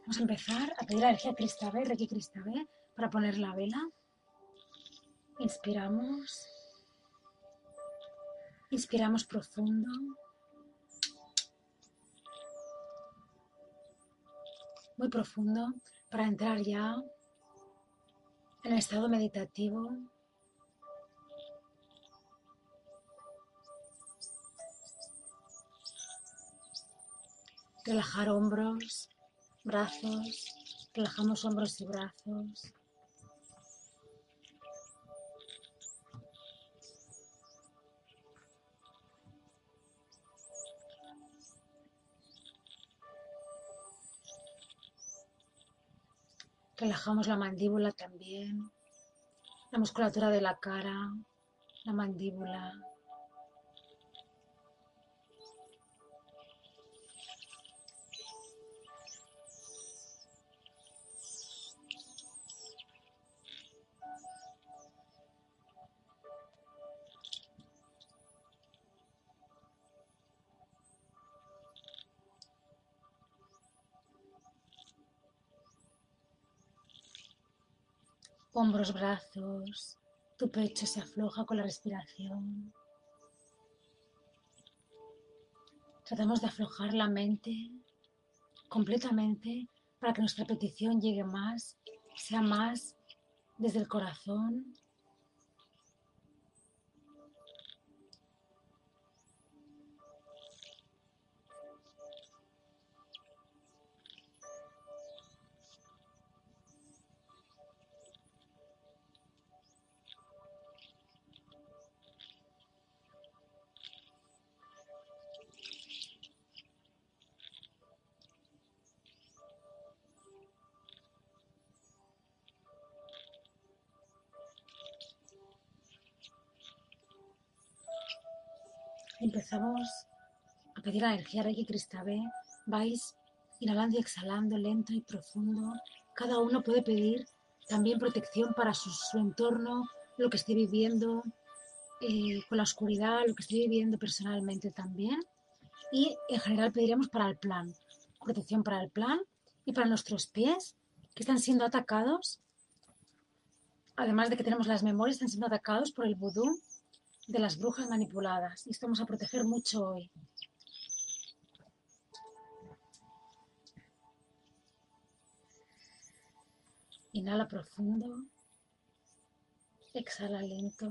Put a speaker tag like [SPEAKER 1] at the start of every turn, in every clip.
[SPEAKER 1] Vamos a empezar a pedir la energía Krista-B, Reiki Krista-B, para poner la vela. Inspiramos. Inspiramos profundo. Muy profundo, para entrar ya en el estado meditativo. Relajar hombros, brazos, relajamos hombros y brazos. Relajamos la mandíbula también, la musculatura de la cara, la mandíbula. Hombros, brazos, tu pecho se afloja con la respiración. Tratamos de aflojar la mente completamente para que nuestra petición llegue más, sea más desde el corazón. Empezamos a pedir la energía Reiki Krista-B. Vais inhalando y exhalando lento y profundo. Cada uno puede pedir también protección para su entorno, lo que esté viviendo con la oscuridad, lo que esté viviendo personalmente también. Y en general pediremos para el plan, protección para el plan y para nuestros pies que están siendo atacados. Además de que tenemos las memorias, están siendo atacados por el vudú de las brujas manipuladas. Y esto vamos a proteger mucho hoy. Inhala profundo, exhala lento.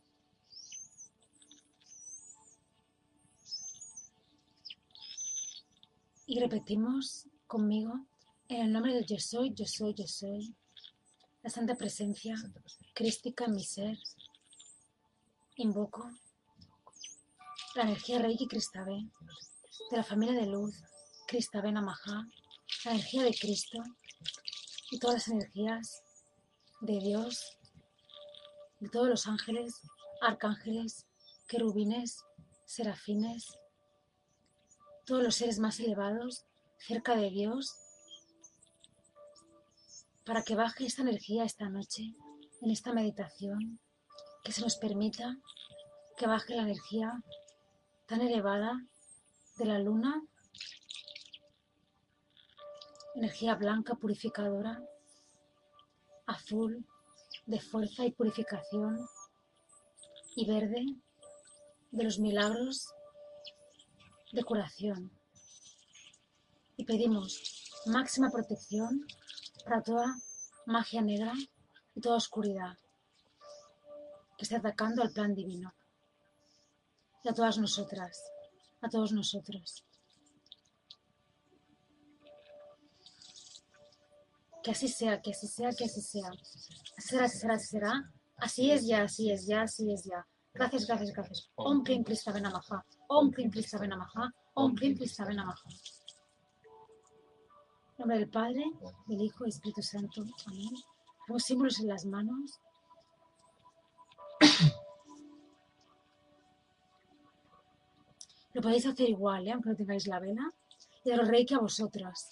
[SPEAKER 1] Y repetimos conmigo, en el nombre del yo soy, yo soy, yo soy, la santa presencia crística en mi ser, invoco la energía Reiki Krista-B, de la familia de luz, Krista-B Namaha, la energía de Cristo y todas las energías de Dios, de todos los ángeles, arcángeles, querubines, serafines, todos los seres más elevados cerca de Dios, para que baje esta energía esta noche, en esta meditación, que se nos permita que baje la energía tan elevada de la luna, energía blanca purificadora, azul de fuerza y purificación, y verde de los milagros de curación. Y pedimos máxima protección para toda magia negra y toda oscuridad que esté atacando al plan divino. Y a todas nosotras, a todos nosotros. Que así sea, que así sea, que así sea. Así será, así será, así será. Así es ya, así es ya, así es ya. Gracias, gracias, gracias. Om Klim Krista-B Namaha. Om Klim Krista-B Namaha. Om Klim Krista-B Namaha. En nombre del Padre, del Hijo y Espíritu Santo. Amén. Ponemos símbolos en las manos. Lo podéis hacer igual, aunque no tengáis la vela. Y daros Reiki a vosotras.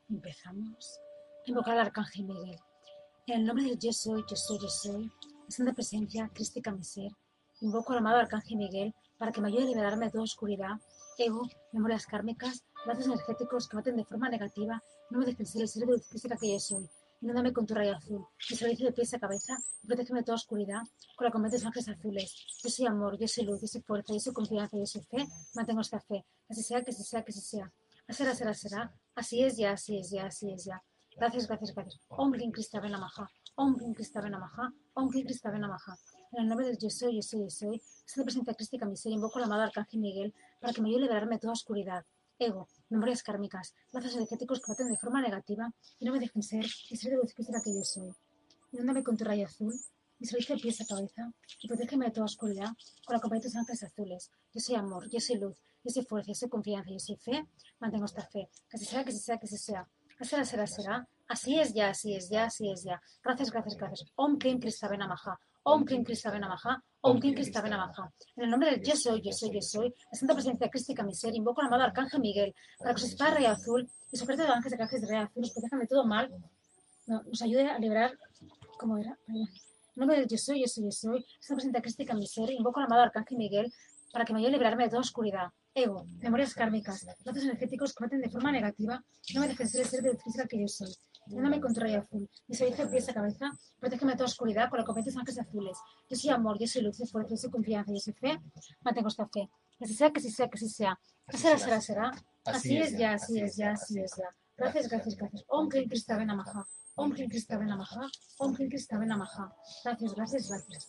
[SPEAKER 1] Empezamos a invocar al Arcángel Miguel. En el nombre del Yo Soy, Yo Soy, Yo Soy, Santa Presencia, Crística mi ser, invoco al amado Arcángel Miguel para que me ayude a liberarme de toda oscuridad, ego, memorias kármicas, lazos energéticos que maten de forma negativa, no me dejen ser el ser de luz física que yo soy. Inúndame con tu rayo azul, mi servicio de pies a cabeza, y protégeme de toda oscuridad con la comedia de ángeles azules. Yo soy amor, yo soy luz, yo soy fuerza, yo soy confianza, yo soy fe, mantengo esta fe. Así sea, que así sea, que así sea. Será, será, será. Así es ya, así es ya, así es ya. Gracias, gracias, gracias. Om Klim Krista Benamaha. Om Klim Krista Benamaha. Om Klim Krista Benamaha. En el nombre del Yo Soy, Yo Soy, Yo Soy, Santa Presencia Crística mi ser, invoco al amado Arcángel Miguel para que me ayude a liberarme de toda oscuridad, ego, memorias kármicas, lazos energéticos que maten de forma negativa y no me dejen ser y ser de luz crística que yo soy. Inúndame con tu rayo azul, mi servicio de pies a cabeza y protégeme de toda oscuridad con la compañía de tus ángeles azules. Yo soy amor, yo soy luz, yo soy fuerza, yo soy confianza, yo soy fe, mantengo esta fe. Que así sea, que así sea, que así sea. Será, será, será. Así es ya, así es ya, así es ya. Gracias, gracias, gracias. Om Klim Krista Benamaha. Om Klim Krista Benamaha. Om Klim Krista Benamaha. En el nombre del Yo Soy, Yo Soy, Yo Soy, la Santa Presencia Crística mi ser, invoco al amado Arcángel Miguel para que su espada rayo azul y su ejército de ángeles y arcángeles de rayo azul nos protejan de todo mal, nos ayude a liberar. ¿Cómo era? Perdón. En nombre del Yo Soy, Yo Soy, Yo Soy, esta presente crística mi ser, invoco al amado Arcángel Miguel para que me ayude a liberarme de toda oscuridad, ego, memorias kármicas, lazos energéticos que maten de forma negativa y no me dejen ser el ser de luz física que yo soy. Dándome con tu rayo azul, mi servicio de pies a cabeza, protégeme de toda oscuridad con la compañía de tus ángeles azules. Yo soy amor, yo soy luz, yo soy fuerza, yo soy confianza, yo soy fe, mantengo esta fe. Que así sea, que así sea, que así sea. Que será, será, será. Así es ya, así es ya, así es ya. Gracias, gracias, gracias. Om Klim Krista Benamaha. Om Klim Krista Benamaha. Om Klim Krista Benamaha. Gracias, gracias, gracias.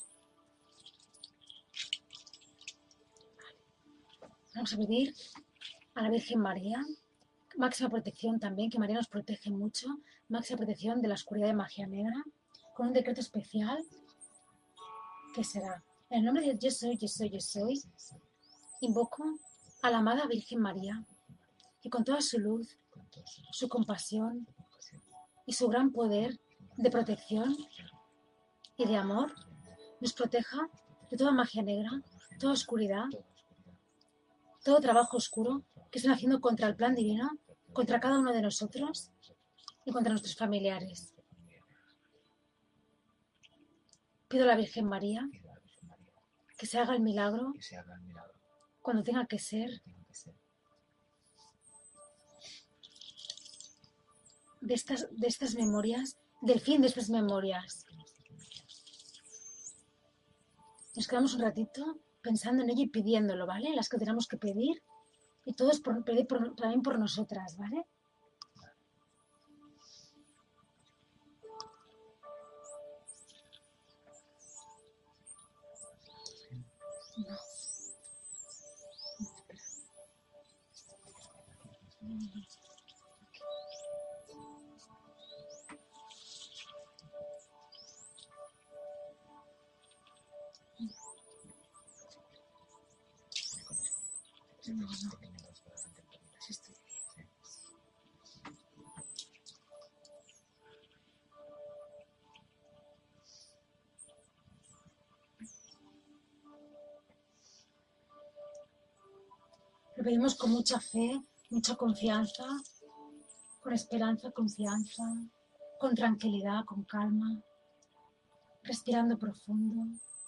[SPEAKER 1] Vamos a pedir a la Virgen María máxima protección también, que María nos protege mucho, máxima protección de la oscuridad de magia negra, con un decreto especial que será, en el nombre de Yo Soy, Yo Soy, Yo Soy, invoco a la amada Virgen María, que con toda su luz, su compasión y su gran poder de protección y de amor, nos proteja de toda magia negra, toda oscuridad, todo trabajo oscuro que están haciendo contra el plan divino, contra cada uno de nosotros y contra nuestros familiares. Pido a la Virgen María que se haga el milagro cuando tenga que ser, de estas memorias, del fin de estas memorias. Nos quedamos un ratito pensando en ello y pidiéndolo, ¿vale? Las que tenemos que pedir y todos pedir también por nosotras, ¿vale? No. No. Así estoy bien. Lo pedimos con mucha fe, mucha confianza, con esperanza, confianza, con tranquilidad, con calma, respirando profundo.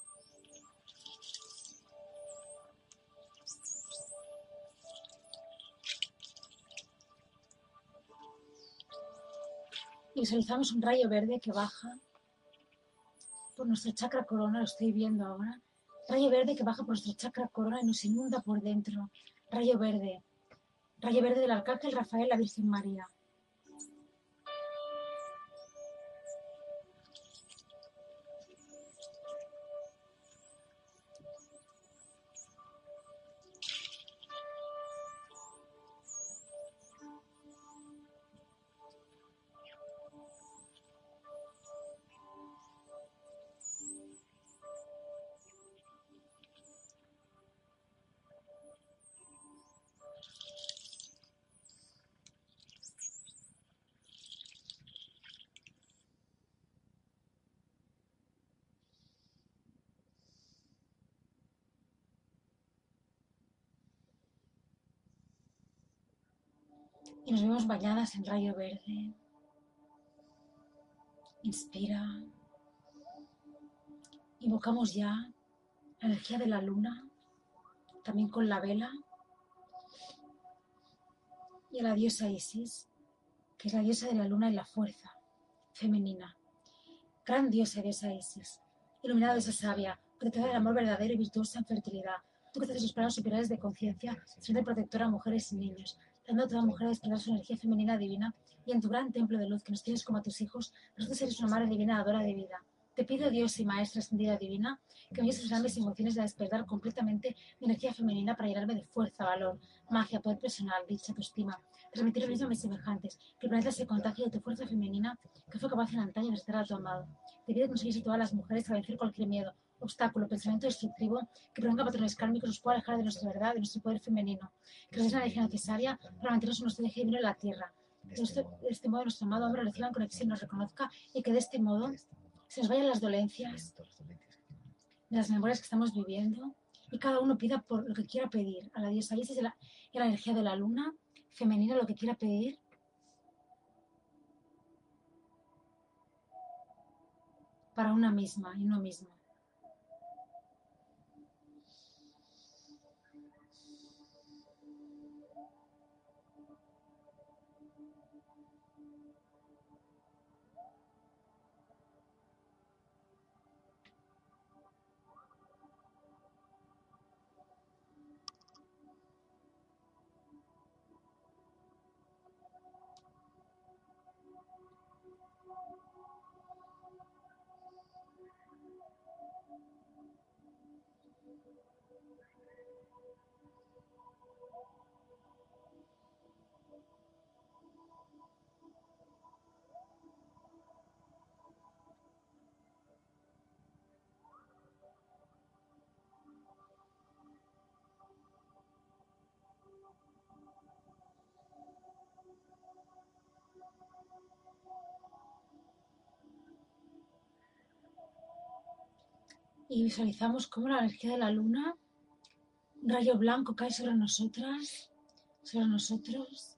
[SPEAKER 1] Y visualizamos un rayo verde que baja por nuestra chakra corona, lo estoy viendo ahora. Rayo verde que baja por nuestra chakra corona y nos inunda por dentro. Rayo verde del Arcángel Rafael, la Virgen María. y nos vemos bañadas en rayo verde. Inspira. Invocamos ya la energía de la luna, también con la vela, y a la diosa Isis, que es la diosa de la luna y la fuerza femenina. Gran diosa Isis, iluminada diosa sabia, protectora del amor verdadero y virtuosa en fertilidad. Tú que haces los planos superiores de conciencia, siempre protectora a mujeres y niños, dando a toda mujer a despertar su energía femenina divina, y en tu gran templo de luz que nos tienes como a tus hijos, nosotros eres una madre divina dadora de vida. Te pido, Dios y Maestra ascendida divina, que me ayudes a mis emociones de despertar completamente mi energía femenina para llenarme de fuerza, valor, magia, poder personal, dicha, autoestima, transmitir lo mismo a mis semejantes, que el planeta se contagie de tu fuerza femenina que fue capaz en antaño de estar a tu amado. Te pido que nos ayudes a todas las mujeres a vencer cualquier miedo, obstáculo, pensamiento destructivo que provenga patrones kármicos nos pueda alejar de nuestra verdad, de nuestro poder femenino, que nos des la energía necesaria para mantenernos en nuestro eje divino en la tierra. De este modo nuestro amado hombre reciba en conexión, nos reconozca y que de este modo se nos vayan las dolencias de las memorias que estamos viviendo y cada uno pida por lo que quiera pedir. A la diosa Isis y a la energía de la luna femenina lo que quiera pedir para una misma y uno mismo. Y visualizamos cómo la energía de la luna, un rayo blanco cae sobre nosotras, sobre nosotros.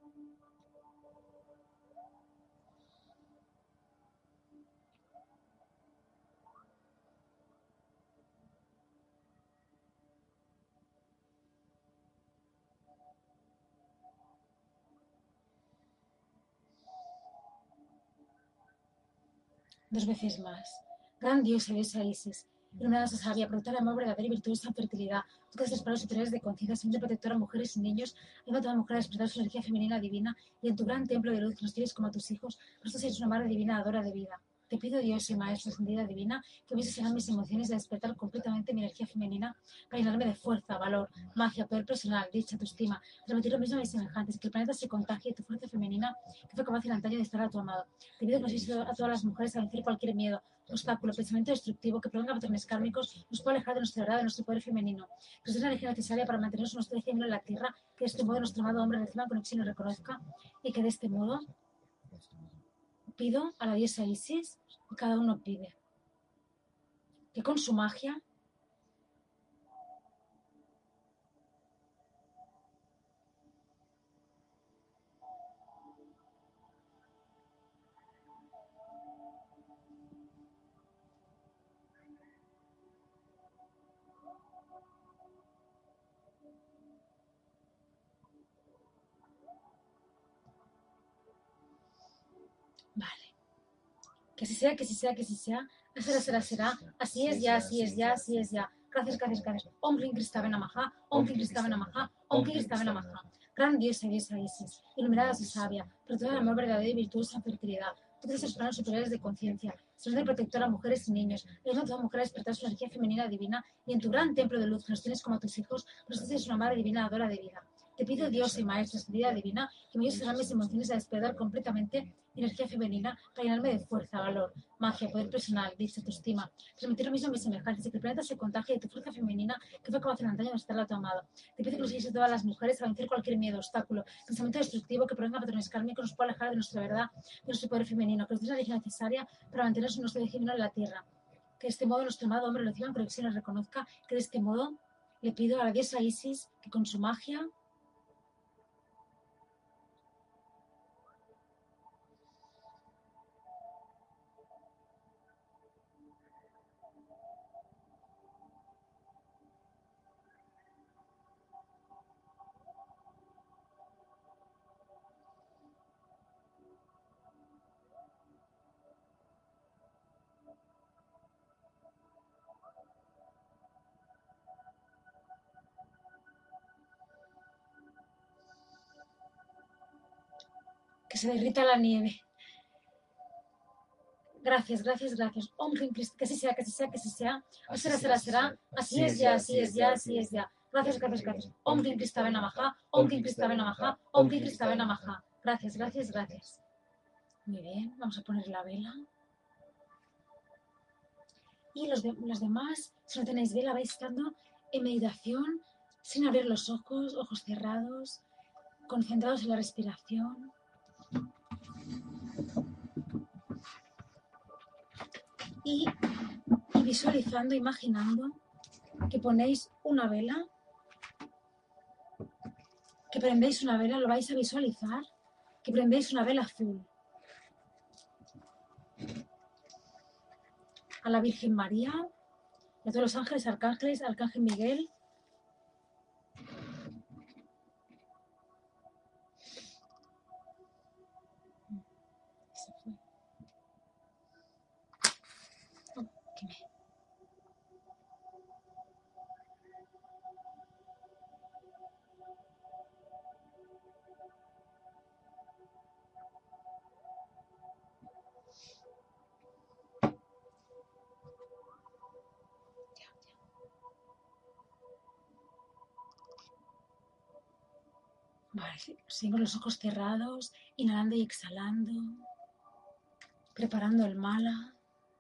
[SPEAKER 1] Dos veces más. Gran diosa, diosa Isis, iluminada sabia, protectora de amor verdadero y virtuosa en fertilidad, tú que haces los superiores de conciencia, siempre protectora a mujeres y niños, ayuda a toda mujer a despertar su energía femenina divina y en tu gran templo de luz que nos tienes como a tus hijos, nosotros eres una madre divina, adora de vida. Te pido, Dios y Maestra ascendida divina, que me sean mis emociones de despertar completamente mi energía femenina para llenarme de fuerza, valor, magia, poder personal, dicha, autoestima, transmitir lo mismo a mis semejantes, que el planeta se contagie de tu fuerza femenina que fue capaz en antaño de estar a tu amado. Te pido que nos ayudes a todas las mujeres a vencer cualquier miedo, obstáculo, pensamiento destructivo que provenga de patrones kármicos, nos puede alejar de nuestra verdad, de nuestro poder femenino. Que nos dé la energía necesaria para mantenernos en nuestro eje en la tierra, que de este modo nuestro amado hombre reciba conexión y reconozca, y que de este modo pido a la diosa Isis, y cada uno pide que con su magia vale. Que si sea, que si sea, que si sea, será, será, será. Así es ya, así es ya, así es ya. Gracias, gracias, gracias. Om Klim Kristave Namaha, Om Klim Kristave Namaha, Om Klim Kristave Namaha. Gran diosa, diosa Isis, iluminada y sabia, protectora del amor verdadero y virtuosa en fertilidad. Tú que los planos superiores de conciencia, sos de protectora a mujeres y niños, ayudando a toda mujer a despertar su energía femenina divina y en tu gran templo de luz que nos tienes como a tus hijos, nosotros eres una madre divina, adora de vida. Te pido, Dios y Maestra, ascendida divina, que me ayudes a mis emociones a despertar completamente energía femenina para llenarme de fuerza, valor, magia, poder personal, dicha, autoestima, transmitir lo mismo a mis semejantes y que el planeta se contagie de tu fuerza femenina que fue capaz en antaño de estar a tu amado. Te pido que nos ayudes a todas las mujeres a vencer cualquier miedo, obstáculo, pensamiento destructivo que provenga de patrones kármicos, nos pueda alejar de nuestra verdad, de nuestro poder femenino, que nos dé la energía necesaria para mantenernos en nuestro eje divino en la tierra. Que de este modo nuestro amado hombre reciba en conexión y reconozca que de este modo le pido a la diosa Isis que con su magia se derrita la nieve. Gracias. Om Rim Krishna, que así sea, que así sea, que así sea. Será. Así es ya. Gracias. Om Rim Krishna Namaha, Om Rim Krishna Namaha, Om Rim Krishna Namaha. Gracias. Muy bien, vamos a poner la vela. Y los demás, si no tenéis vela, vais estando en meditación, sin abrir los ojos, ojos cerrados, concentrados en la respiración. Y visualizando, imaginando que ponéis una vela, que prendéis una vela, lo vais a visualizar, que prendéis una vela azul a la Virgen María y a todos los ángeles, arcángeles, Arcángel Miguel. Vale, seguimos los ojos cerrados, inhalando y exhalando, preparando el mala.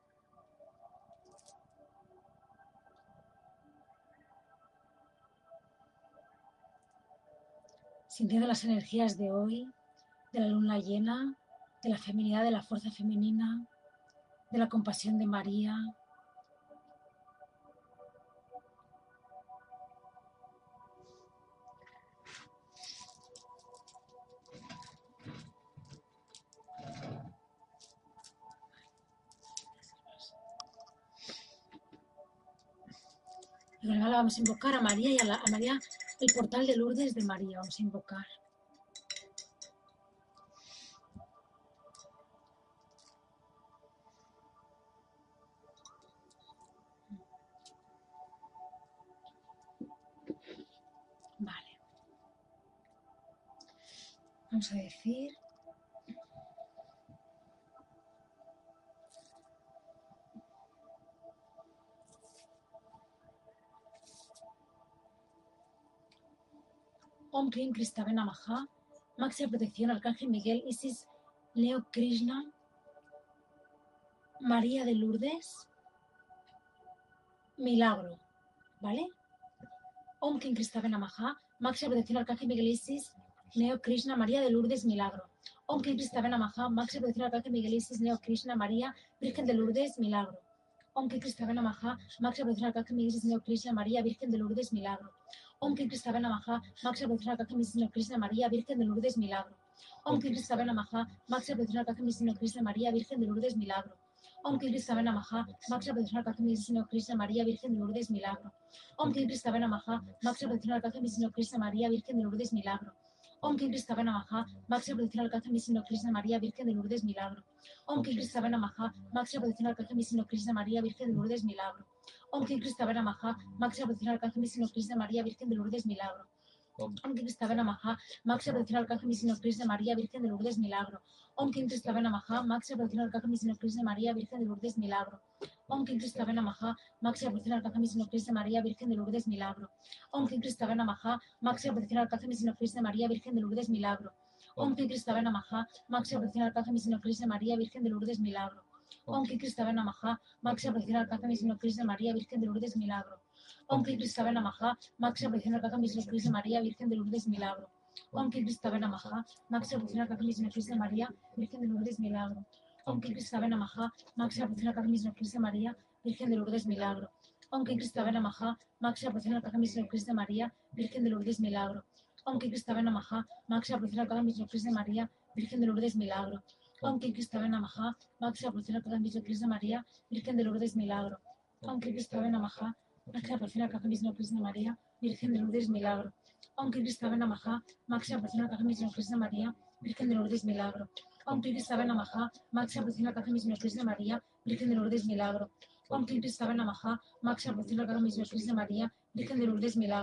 [SPEAKER 1] Sintiendo las energías de hoy, de la luna llena, de la feminidad, de la fuerza femenina, de la compasión de María. Y ahora vamos a invocar a María y a María, el portal de Lourdes de María, vamos a invocar. Vale. Vamos a decir... Om Klim Kristave Namaha, máxima protección, Arcángel Miguel, Isis, Leo Krishna, María de Lourdes, milagro, ¿vale? Om Klim Kristave Namaha, máxima protección, Arcángel Miguel, Isis, Leo Krishna, María de Lourdes, milagro. Om Klim Kristave Namaha, máxima protección, Arcángel Miguel, Isis, Leo Krishna, María, Virgen de Lourdes, milagro. Om Klim Kristave Namaha, máxima protección, Arcángel Miguel, Isis, Leo Krishna, María, Virgen de Lourdes, milagro. Om Klim Kristave Namaha, máxima protección, Arcángel Miguel, Isis, Leo Krishna, María, Virgen de Lourdes, milagro. Om Klim Kristave Namaha, máxima protección, Arcángel Miguel, Isis, Leo Krishna, María, Virgen de Lourdes, milagro. Om Klim Kristave Namaha, máxima protección, Arcángel Miguel, Isis, Leo Krishna, María, Virgen de Lourdes, milagro. Om Klim Kristave Namaha, máxima protección, Arcángel Miguel, Isis, Leo Krishna, María, Virgen de Lourdes, milagro. Om Klim Kristave Namaha, máxima protección, Arcángel Miguel, Isis, Leo Krishna, María, Virgen de Lourdes, milagro. Om Klim Kristave Namaha, máxima protección, Arcángel Miguel, Isis, Leo Krishna, María, Virgen de Lourdes, milagro. Om Klim Kristave Namaha, máxima protección, Arcángel Miguel, Isis, Leo Krishna, María, Virgen de Lourdes, milagro. Om Klim Kristave Namaha, máxima protección, Arcángel Miguel, Isis, Leo Krishna, María, Virgen de Lourdes, milagro. Om Klim Kristave Namaha, máxima protección, Arcángel Miguel, Isis, Leo Krishna, María, Virgen de Lourdes, milagro. Om Klim Kristave Namaha, máxima protección, Arcángel Miguel, Isis, Leo Krishna, María, Virgen de Lourdes, milagro. Om Klim Kristave Namaha, máxima protección, Arcángel Miguel, Isis, Leo Krishna, María, Virgen de Lourdes, milagro. Om Klim Kristave Namaha, máxima protección, Arcángel Miguel, Isis, Leo Krishna, María, Virgen de Lourdes, milagro. Om Klim Kristave Namaha, máxima protección, Arcángel Miguel, Isis, Leo Krishna, María, Virgen de Lourdes, milagro. Om Klim Kristave Namaha, máxima protección, Arcángel Miguel, Isis, Leo Krishna, María, Virgen de Lourdes, milagro. Om Klim Kristave Namaha, máxima protección, Arcángel Miguel, Isis, Leo Krishna, María, Virgen de Lourdes, milagro. Om Klim Kristave Namaha, máxima protección, Arcángel Miguel, Isis, Leo Krishna, María, Virgen de Lourdes, milagro. Om Klim Kristave Namaha, máxima protección, Arcángel Miguel, Isis, Leo Krishna, María, Virgen de Lourdes, milagro. Om Klim Kristave Namaha, máxima protección, Arcángel Miguel, Isis, Leo Krishna, María, Virgen de Lourdes, milagro. Om Klim Kristave Namaha, máxima protección, Arcángel Miguel, Isis, Leo Krishna, María, Virgen de Lourdes, milagro. Om Klim Kristave Namaha, máxima protección, Arcángel Miguel, Isis, Leo Krishna, María, Virgen de Lourdes, milagro. Om Klim Kristave Namaha, máxima protección, Arcángel Miguel, Isis, Leo Krishna, María, Virgen de Lourdes, milagro. Om Klim Kristave Namaha, máxima protección, Arcángel Miguel, Isis, Leo Krishna, María, Virgen de Lourdes, milagro. Om Klim Kristave Namaha, máxima protección, Arcángel Miguel, Isis, Leo Krishna, María, Virgen de Lourdes, milagro.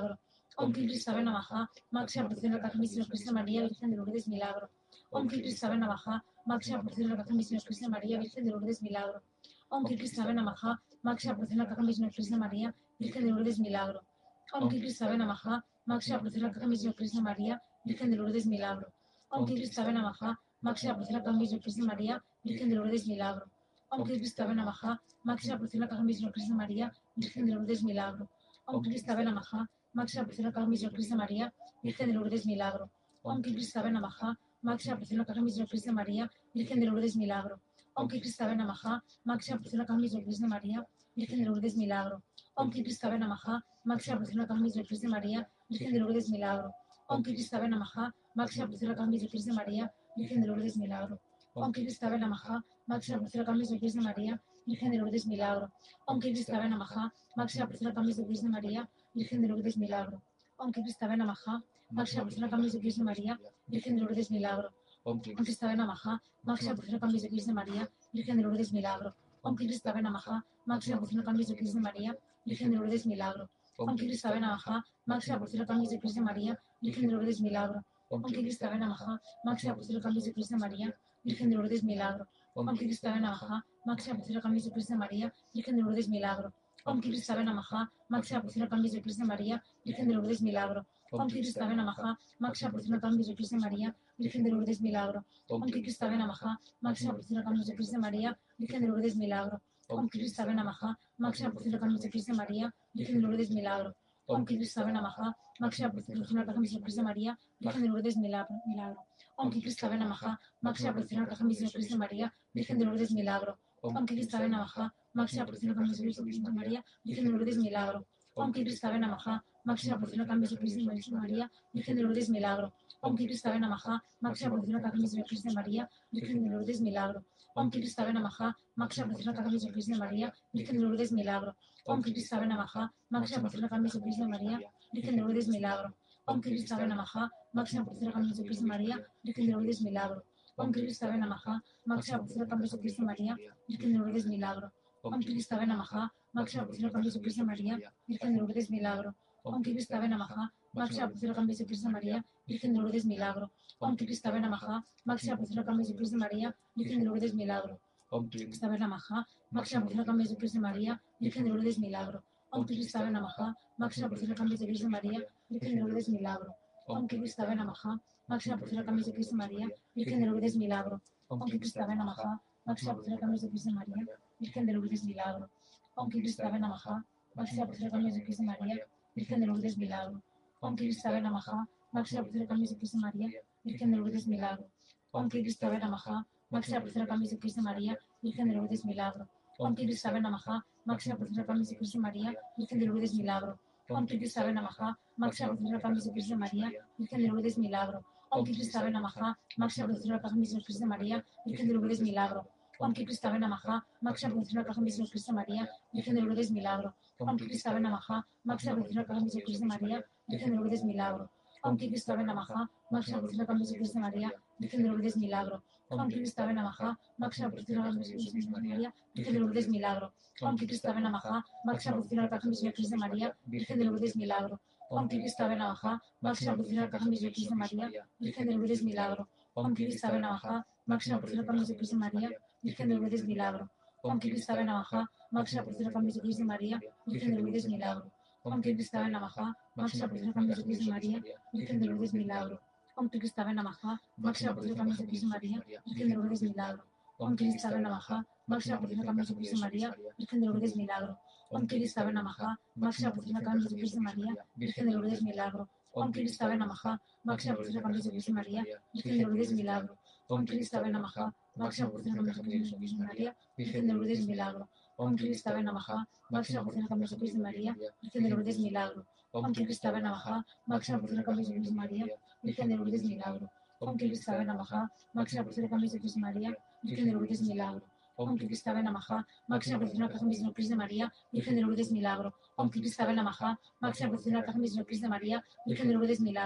[SPEAKER 1] Om Kri Kristave Namaha, Maxia Protección del Corazón Místico Cristo María, Virgen de Lourdes Milagro. Om Kri Kristave Namaha, Maxia Protección del Corazón Místico Cristo María, Virgen de Lourdes Milagro. Om Kri Kristave Namaha, Maxia Protección del Corazón Místico Cristo María, Virgen de Lourdes Milagro. Om Kri Kristave Namaha, Maxia Protección del Corazón Místico Cristo María, Virgen de Lourdes Milagro. Om Kri Kristave Namaha, Maxia Protección del Corazón Místico Cristo María, Virgen de Lourdes Milagro. Om Kri Kristave Namaha, Maxia Protección del Corazón Místico Cristo María, Virgen de Lourdes Milagro. Om Kri Kristave Namaha, Maxia Protección del Corazón Místico Cristo María, Virgen de Lourdes Milagro. Om Kri Kristave Namaha, Maxia Protección del Corazón Místico Cristo María, Virgen de Lourdes Milagro. Om Kri Kristave Namaha, Maxia Protección del Corazón Místico Cristo María, Virgen de Lourdes Milagro. Om Kri Kristave Namaha, Maxia Protección del Corazón Místico Cristo María, Virgen de Lourdes Milagro. Om Kri Kristave Namaha, Maxia Protección del Corazón Místico Cristo María, Virgen de Lourdes Milagro. Om Kri Kristave Namaha, Maxia Protección del Corazón Místico Cristo María, Virgen de Lourdes Milagro. Om Kri Kristave Namaha, Maxia Protección del Corazón Místico Cristo María, Virgen de Lourdes Milagro. Om Kri Kristave Namaha, Maxia Protección del Corazón Místico Cristo María, Virgen de Lourdes Milagro. Om Kri Kristave Namaha, Maxia Protección del Corazón Místico Cristo María, Virgen de Lourdes Milagro. Om Kri Kristave Namaha, Maxia Protección del Corazón Místico Cristo María, Virgen de Lourdes Milagro. Om Kri Kristave Namaha, Maxia Protección del Corazón Místico Cristo María, Virgen de Lourdes Milagro. Om Kri Kristave Namaha, Maxia Protección del Corazón Místico Cristo María, Virgen de Lourdes Milagro. Om Kri Kristave Namaha, Maxia Protección del Corazón Místico Cristo María, Virgen de Lourdes Milagro. Om Kri Kristave Namaha, Maxia Protección del Corazón Místico Cristo María, Virgen de Lourdes Milagro. Om Kri Kristave Namaha, Maxia Protección del Corazón Místico Cristo María, Virgen de Lourdes Milagro. Om Kri Kristave Namaha, Maxia Protección del Corazón Místico Cristo María, Virgen de Lourdes Milagro. Om Kri Kristave Namaha, Maxia Protección del Corazón Místico Cristo María, Virgen de Lourdes Milagro. Om Kri Kristave Namaha, Maxia Protección del Corazón Místico Cristo María, Virgen de Lourdes Milagro. Om Kri Kristave Namaha, Maxia Protección del Corazón Místico Cristo María, Virgen de Lourdes Milagro. Om Kri Kristave Namaha, Maxia Protección del Corazón Místico Cristo María, Virgen de Lourdes Milagro. Om Kri Kristave Namaha, Maxia Protección del Corazón Místico Cristo María, Virgen de Lourdes Milagro. Om Kri Kristave Namaha, Maxia Protección del Corazón Místico Cristo María, Virgen de Lourdes Milagro. Om Kri Kristave Namaha, Maxia Protección del Corazón Místico Cristo María, Virgen de Lourdes Milagro. Om Kri Kristave Namaha, Maxia Protección del Corazón Místico Cristo María, Virgen de Lourdes Milagro. Om Kri Kristave Namaha, Maxia Protección del Corazón Místico Cristo María, Virgen de Lourdes Milagro. Om Kri Kristave Namaha, Maxia Protección del Corazón Místico Cristo María, Virgen de Lourdes Milagro. Om Kri Kristave Namaha, Maxia Protección del Corazón Místico Cristo María, Virgen de Lourdes Milagro. Om Kri Kristave Namaha, Maxia Protección del Corazón Místico Cristo María, Virgen de Lourdes Milagro. Om Kri Kristave Namaha, Maxia Protección del Corazón Místico Cristo María, Virgen de Lourdes Milagro. Om Kri Kristave Namaha, Maxia Protección del Corazón Místico Cristo María, Virgen de Lourdes Milagro. Om Kri Kristave Namaha, Maxia Protección del Corazón Místico Cristo María, Virgen de Lourdes Milagro. Om Kri Kristave Namaha, Maxia Protección del Corazón Místico Cristo María, Virgen de Lourdes Milagro. Om Kri Kristave Namaha, Maxia Protección del Corazón Místico Cristo María, Virgen de Lourdes Milagro. Om Kri Kristave Namaha, Maxia Protección del Corazón Místico Cristo María, Virgen de Lourdes Milagro. Om Kri Kristave Namaha, Maxia Protección del Corazón Místico Cristo María, Virgen de Lourdes Milagro. Om Kri Kristave Namaha, Maxia Protección del Corazón Místico Cristo María, Virgen de Lourdes Milagro. Om Kri Kristave Namaha, Maxia Protección del Corazón Místico Cristo María, Virgen de Lourdes Milagro. Om Kri Kristave Namaha, Maxia Protección del Corazón Místico Cristo María, Virgen de Lourdes Milagro. Om Kri Kristave Namaha, Maxia Protección del Corazón Místico Cristo María, Virgen de Lourdes Milagro. Om Kri Kristave Namaha, Maxia Protección del Corazón Místico Cristo María, Virgen de Lourdes Milagro. Om Kri Kristave Namaha, Maxia Protección del Corazón Místico Cristo María, Virgen de Lourdes Milagro. Om Kri Kristave Namaha, Maxia Protección del Corazón Místico Cristo María, Virgen de Lourdes Milagro. Om Kri Kristave Namaha, Maxia Protección del Corazón Místico Cristo María, Virgen de Lourdes Milagro. Om Kri Kristave Namaha, Maxia Protección del Corazón Místico Cristo María, Virgen de Lourdes Milagro. Om Kri Kristave Namaha, Maxia Protección del Corazón Místico Cristo María, Virgen de Lourdes Milagro. Om Kri Kristave Namaha, Maxia Protección del Corazón Místico Cristo María, Virgen de Lourdes Milagro. Om Kri Kristave Namaha, Maxia Protección del Corazón Místico Cristo María, Virgen de Lourdes Milagro. Om Kri Kristave Namaha, Maxia Protección del Corazón Místico Cristo María, Virgen de Lourdes Milagro. Om Kri Kristave Namaha, Maxia Protección del Corazón Místico Cristo María, Virgen de Lourdes Milagro. Om Kri Kristave Namaha, Maxia Protección del Corazón Místico Cristo María, Virgen de Lourdes Milagro. Om Kri Kristave Namaha, Maxia Protección del Corazón Místico Cristo María, Virgen de Lourdes Milagro. Om Kri Kristave Namaha, Maxia Protección del Corazón Místico Cristo María, Virgen de Lourdes Milagro. Om Kri Kristave Namaha, Maxia Protección del Corazón Místico Cristo María, Virgen de Lourdes Milagro. Om Kri Kristave Namaha, Maxia Protección del Corazón Místico Cristo María, Virgen de Lourdes Milagro. Om Kri Kristave Namaha, Maxia Protección del Corazón Místico Cristo María, Virgen de Lourdes Milagro. Om Kri Kristave Namaha, Maxia Protección del Corazón Místico Cristo María, Virgen de Lourdes Milagro. Om Kri Kristave Namaha, Maxia Protección del Corazón Místico Cristo María, Virgen de Lourdes Milagro. Om Kri Kristave Namaha, Maxia Protección del Corazón Místico Cristo María, Virgen de Lourdes Milagro.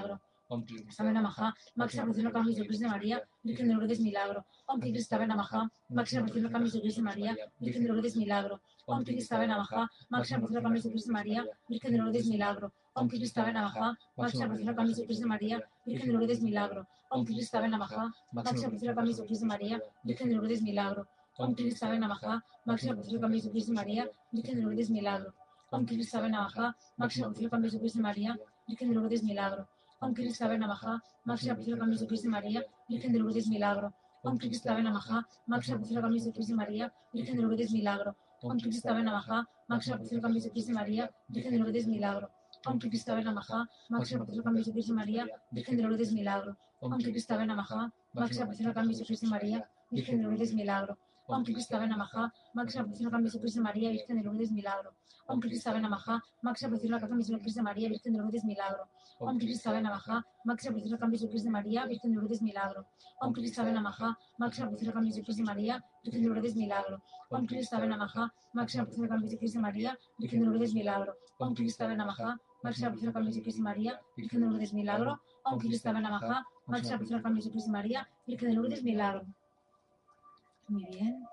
[SPEAKER 2] Om Kri Kristave Namaha, máxima protección al cambio de María, Virgen de Lourdes Milagro. Om Kri Kristave Namaha, máxima protección al cambio de María, Virgen de Lourdes Milagro. Om Kri Kristave Namaha, máxima protección al cambio de María, Virgen de Lourdes Milagro. Om Kri Kristave Namaha, máxima protección al cambio de María, Virgen de Lourdes Milagro. Om Kri Kristave Namaha, máxima protección al cambio de María, Virgen de Lourdes Milagro. Om Kri Kristave Namaha, máxima protección al cambio de María, Virgen de Lourdes Milagro. Om Kri Kristave Namaha, máxima protección al cambio de María, Virgen de Lourdes Milagro. Om Kri Kristave Namaha, máxima protección al cambio de María, Virgen de Lourdes Milagro. Om Kri Kristave Namaha, máxima protección al cambio de María, Virgen de Lourdes Milagro. Om Kri Kristave Namaha, máxima protección al cambio de María, Virgen de Lourdes Milagro. Om Kri Kristave Namaha, máxima protección al cambio de María, Virgen de Lourdes Milagro. Om Kri Kristave Namaha, máxima protección al cambio de María, Virgen de Lourdes Milagro. Om Kri Kristave Namaha, máxima protección al cambio de María, Virgen de Lourdes Milagro. Om Kri Kristave Namaha, máxima protección al cambio de María, Virgen de Lourdes Milagro. Om Kri Kristave Namaha, máxima protección al cambio de María, Virgen de Lourdes Milagro. Om Kri Kristave Namaha, máxima protección al cambio de María, Virgen de Lourdes Milagro. Om Kri Kristave Namaha, máxima protección al cambio de María, Virgen de Lourdes Milagro. Om Kri Kristave Namaha, máxima protección al cambio de María, Virgen de Lourdes Milagro. Om Kri Kristave Namaha, máxima protección al cambio de María, Virgen de Lourdes Milagro. Muy bien.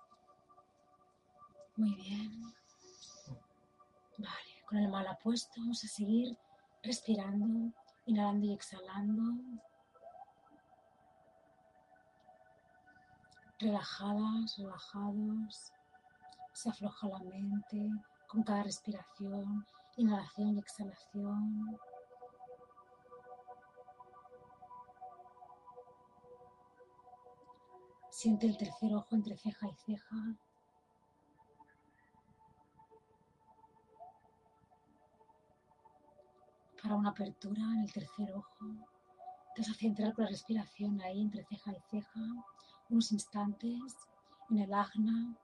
[SPEAKER 2] Muy bien. Vale, con el mala puesto vamos a seguir respirando, inhalando y exhalando. Relajadas, relajados. Se afloja la mente con cada respiración, inhalación y exhalación. Siente el tercer ojo entre ceja y ceja. Para una apertura en el tercer ojo, te vas a centrar con la respiración ahí entre ceja y ceja, unos instantes en el ajna.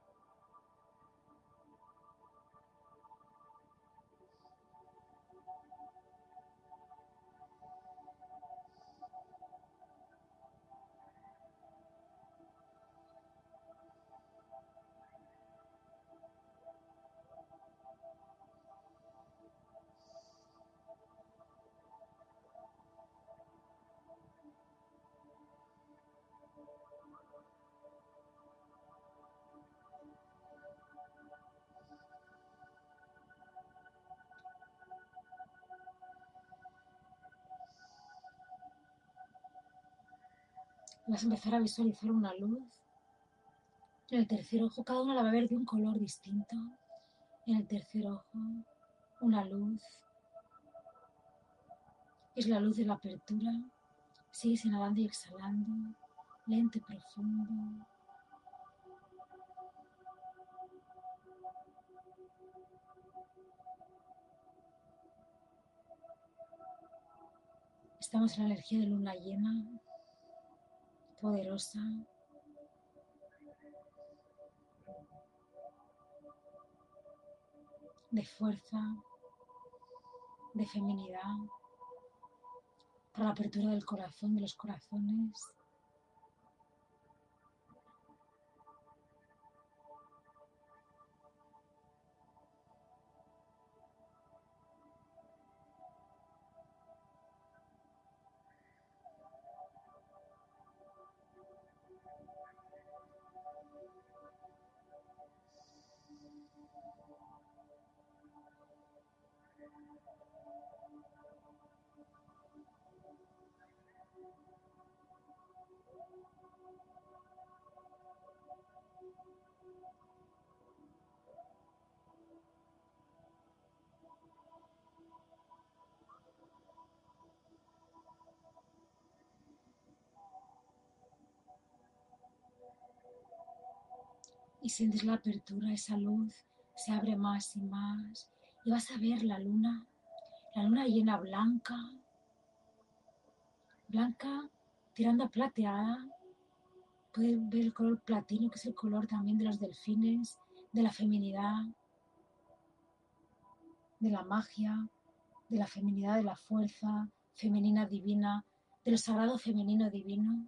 [SPEAKER 2] Vas a empezar a visualizar una luz en el tercer ojo. Cada una la va a ver de un color distinto. En el tercer ojo, una luz. Es la luz de la apertura. Sigues inhalando y exhalando, lento y profundo. Estamos en la energía de luna llena, poderosa. De fuerza, de feminidad, para la apertura del corazón, de los corazones. Y sientes la apertura, esa luz se abre más y más. Y vas a ver la luna llena blanca, blanca tirando a plateada. Puedes ver el color platino, que es el color también de los delfines, de la feminidad, de la magia, de la feminidad, de la fuerza femenina divina, de lo sagrado femenino divino.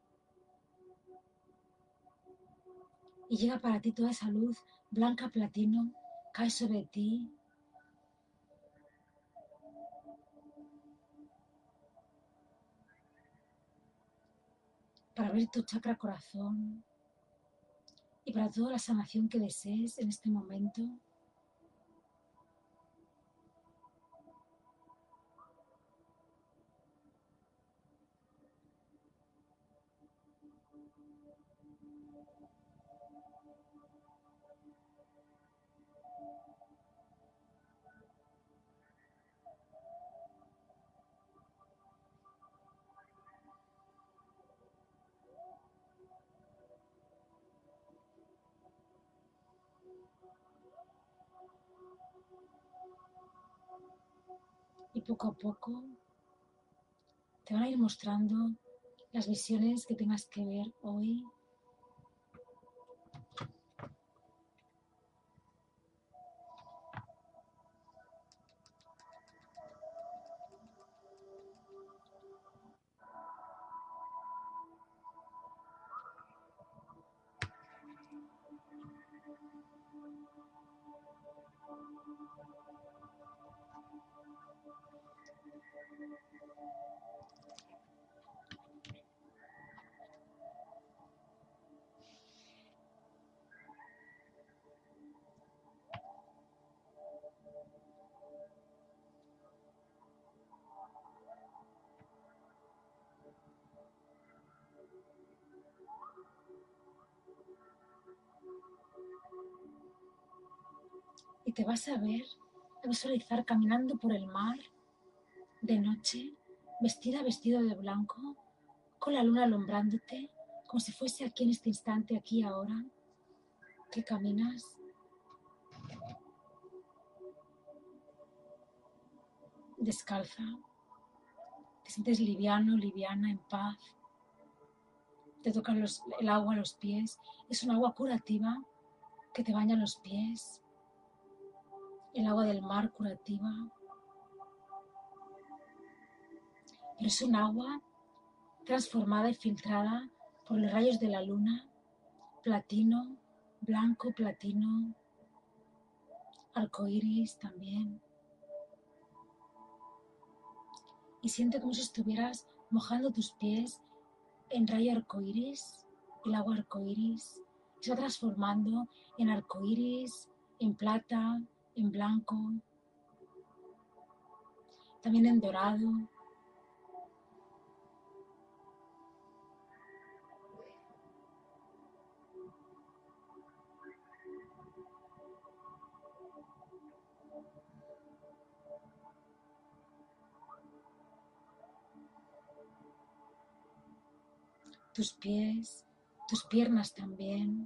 [SPEAKER 2] Y llega para ti toda esa luz blanca platino, cae sobre ti.
[SPEAKER 1] para abrir tu chakra corazón y para toda la sanación que desees en este momento. Y poco a poco te van a ir mostrando las visiones que tengas que ver hoy. Y te vas a visualizar caminando por el mar de noche, vestido de blanco, con la luna alumbrándote, como si fuese aquí en este instante, aquí y ahora, que caminas. Descalza, te sientes liviano, liviana, en paz, te toca el agua a los pies, es un agua curativa que te baña los pies, el agua del mar curativa, pero es un agua transformada y filtrada por los rayos de la luna, platino, blanco, platino, arcoíris también. Y siente como si estuvieras mojando tus pies en rayo arcoíris, el agua arcoíris se va transformando en arcoíris, en plata, en blanco, también en dorado. Tus pies, tus piernas también.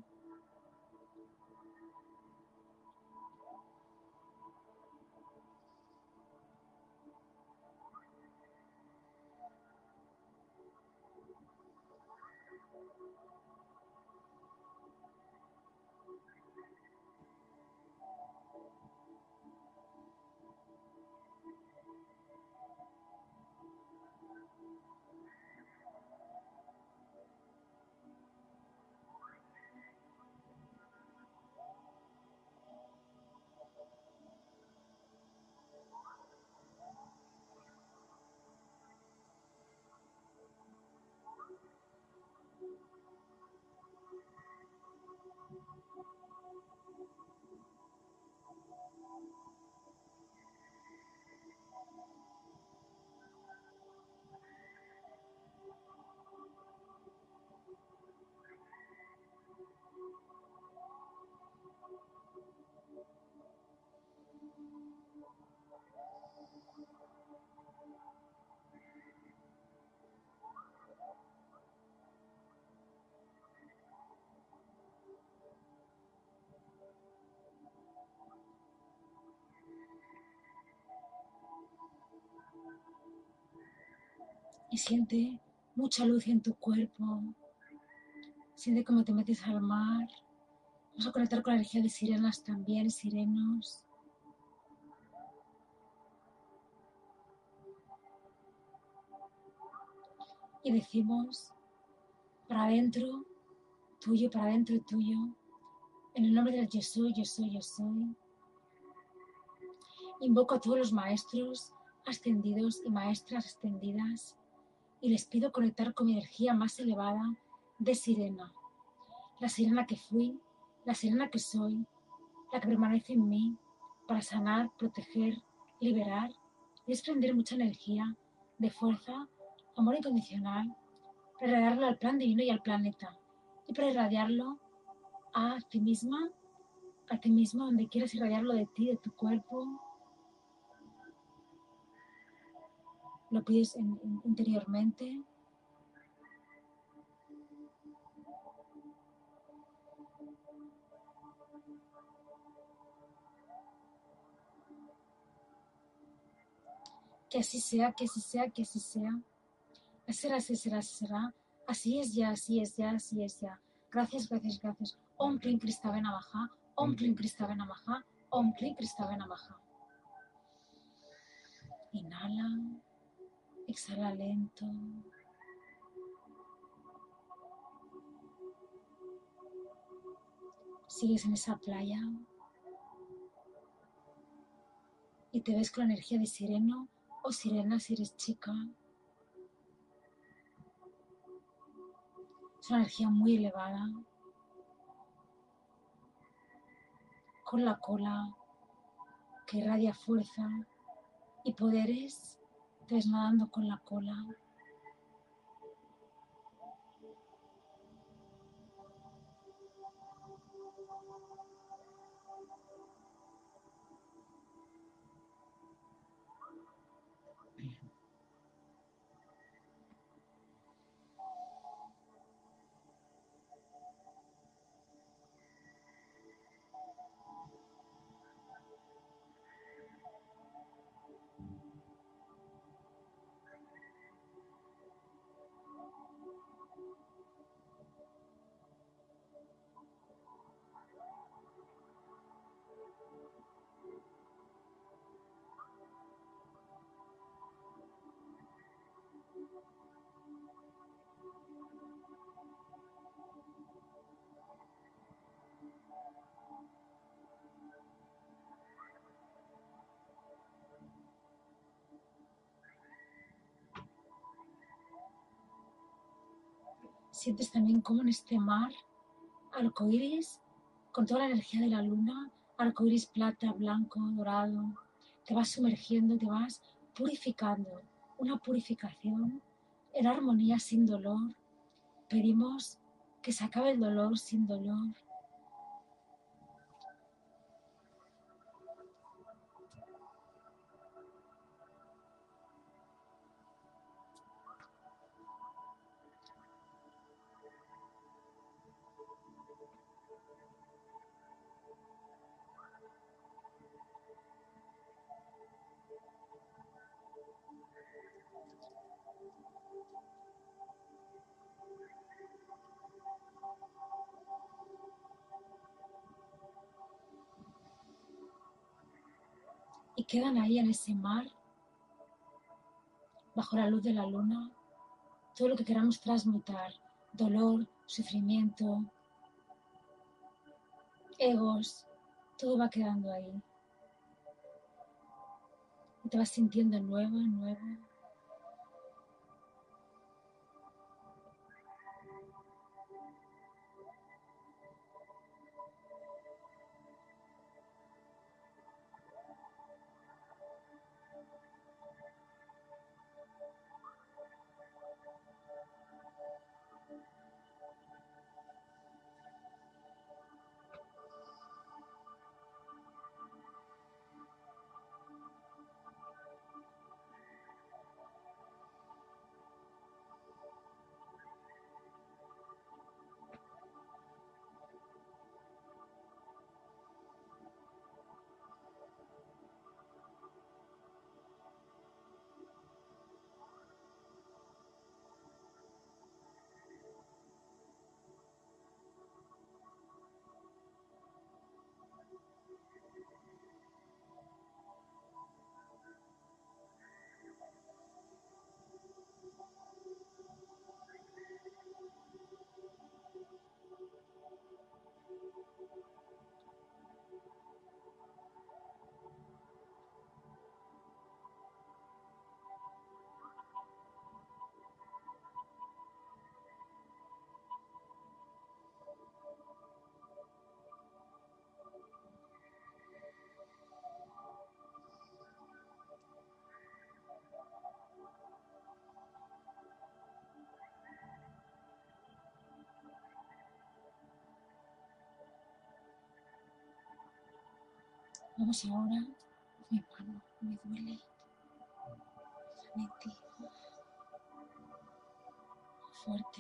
[SPEAKER 1] Y siente mucha luz en tu cuerpo. Siente cómo te metes al mar. Vamos a conectar con la energía de sirenas también, sirenos. Y decimos para adentro tuyo, para adentro tuyo, en el nombre del yo soy, yo soy, yo soy. Invoco a todos los maestros ascendidos y maestras ascendidas y les pido conectar con mi energía más elevada de sirena. La sirena que fui, la sirena que soy, la que permanece en mí para sanar, proteger, liberar y desprender mucha energía de fuerza, amor incondicional, para irradiarlo al plan divino y al planeta, y para irradiarlo a ti misma, a ti mismo, donde quieras irradiarlo de ti, de tu cuerpo. Lo pides interiormente. Que así sea, que así sea, que así sea. Así será, así será, así será. Así es ya, así es ya, así es ya. Gracias, gracias, gracias. Om Klim Kristave Namaha, Om Klim Kristave Namaha, Om Klim Kristave Namaha. Inhala, exhala lento. Sigues en esa playa y te ves con la energía de sireno o sirena si eres chica. Es una energía muy elevada, con la cola que irradia fuerza y poderes. Te ves nadando con la cola. Sientes también como en este mar arcoíris, con toda la energía de la luna, arcoíris plata, blanco, dorado, te vas sumergiendo, te vas purificando, una purificación en armonía sin dolor. Pedimos que se acabe el dolor sin dolor. Y quedan ahí en ese mar, bajo la luz de la luna, todo lo que queramos transmutar, dolor, sufrimiento, egos, todo va quedando ahí. Y te vas sintiendo nuevo, nuevo. Vamos ahora, mi mano me duele, la metí fuerte.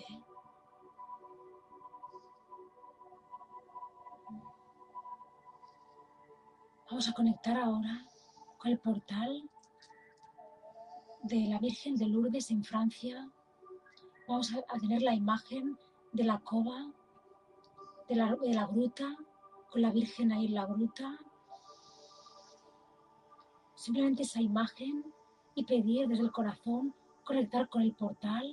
[SPEAKER 1] Vamos a conectar ahora con el portal de la Virgen de Lourdes en Francia. Vamos a tener la imagen de la cova, de la gruta, con la Virgen ahí en la gruta. Simplemente esa imagen y pedir desde el corazón conectar con el portal.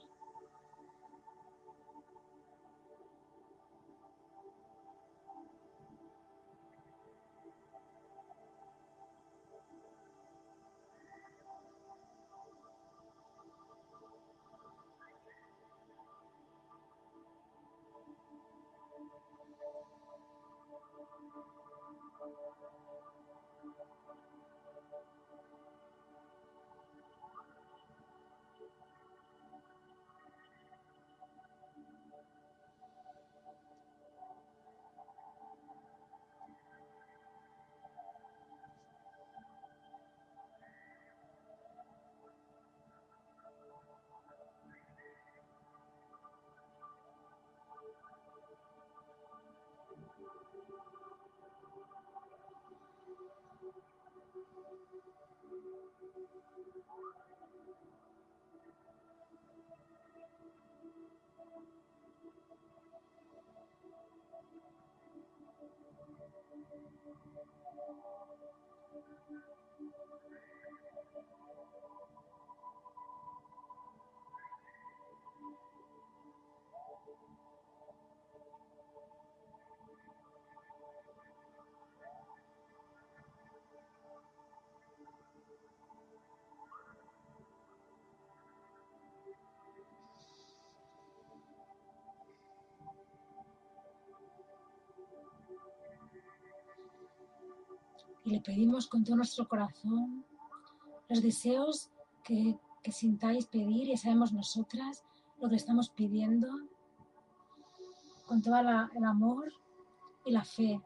[SPEAKER 1] Y le pedimos con todo nuestro corazón los deseos que sintáis pedir. Ya sabemos nosotras lo que estamos pidiendo con todo el amor y la fe.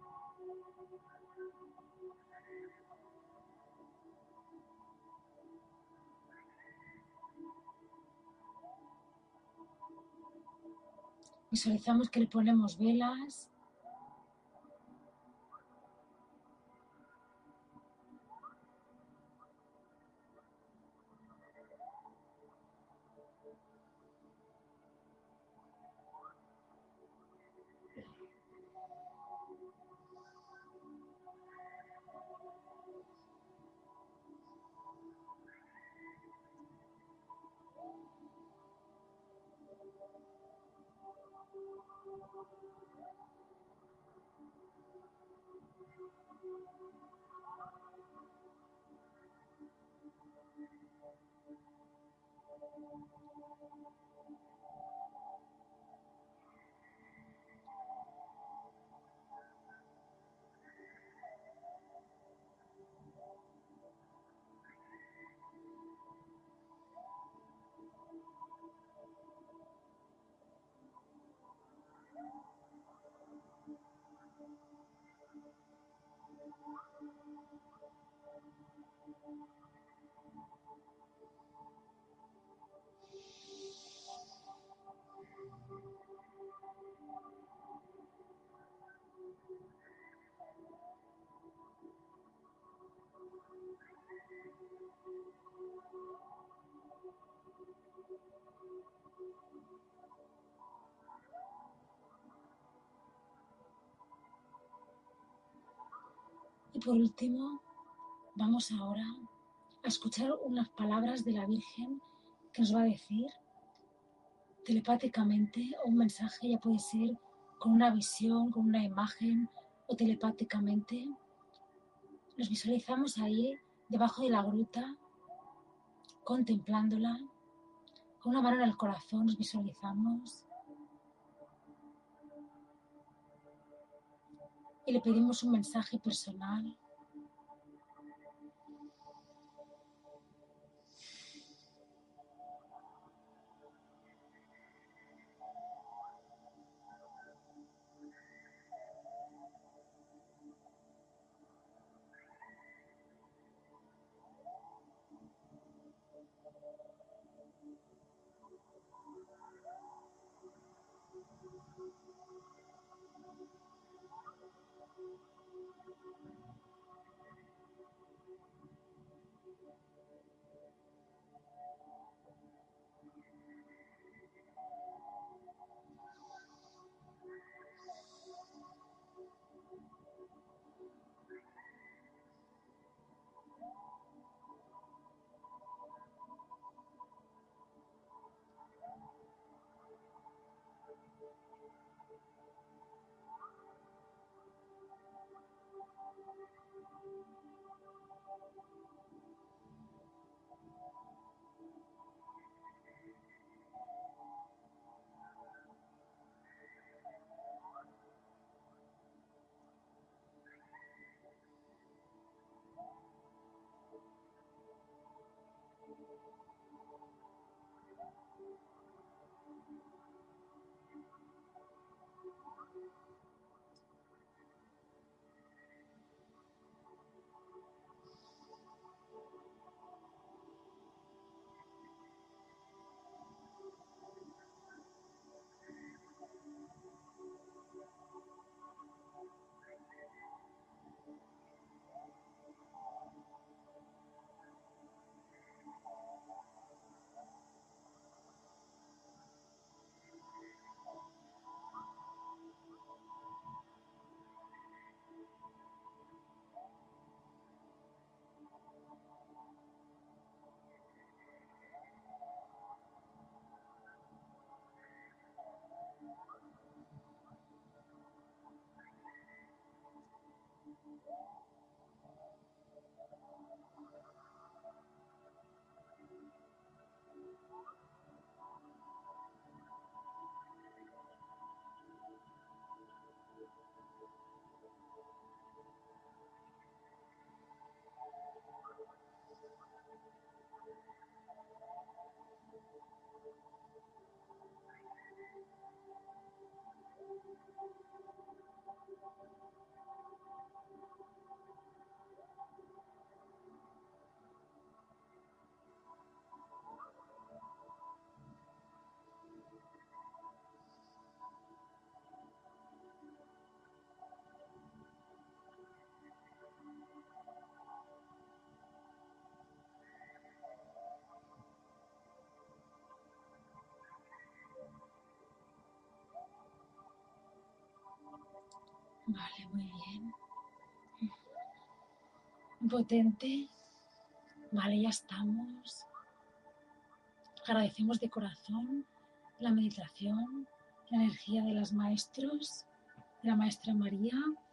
[SPEAKER 1] Visualizamos que le ponemos velas. Y por último, vamos ahora a escuchar unas palabras de la Virgen que nos va a decir telepáticamente, o un mensaje, ya puede ser con una visión, con una imagen o telepáticamente. Nos visualizamos ahí debajo de la gruta, contemplándola, con una mano en el corazón nos visualizamos y le pedimos un mensaje personal. Vale, muy bien. Potente. Vale, ya estamos. Agradecemos de corazón la meditación, la energía de los maestros, de la maestra María,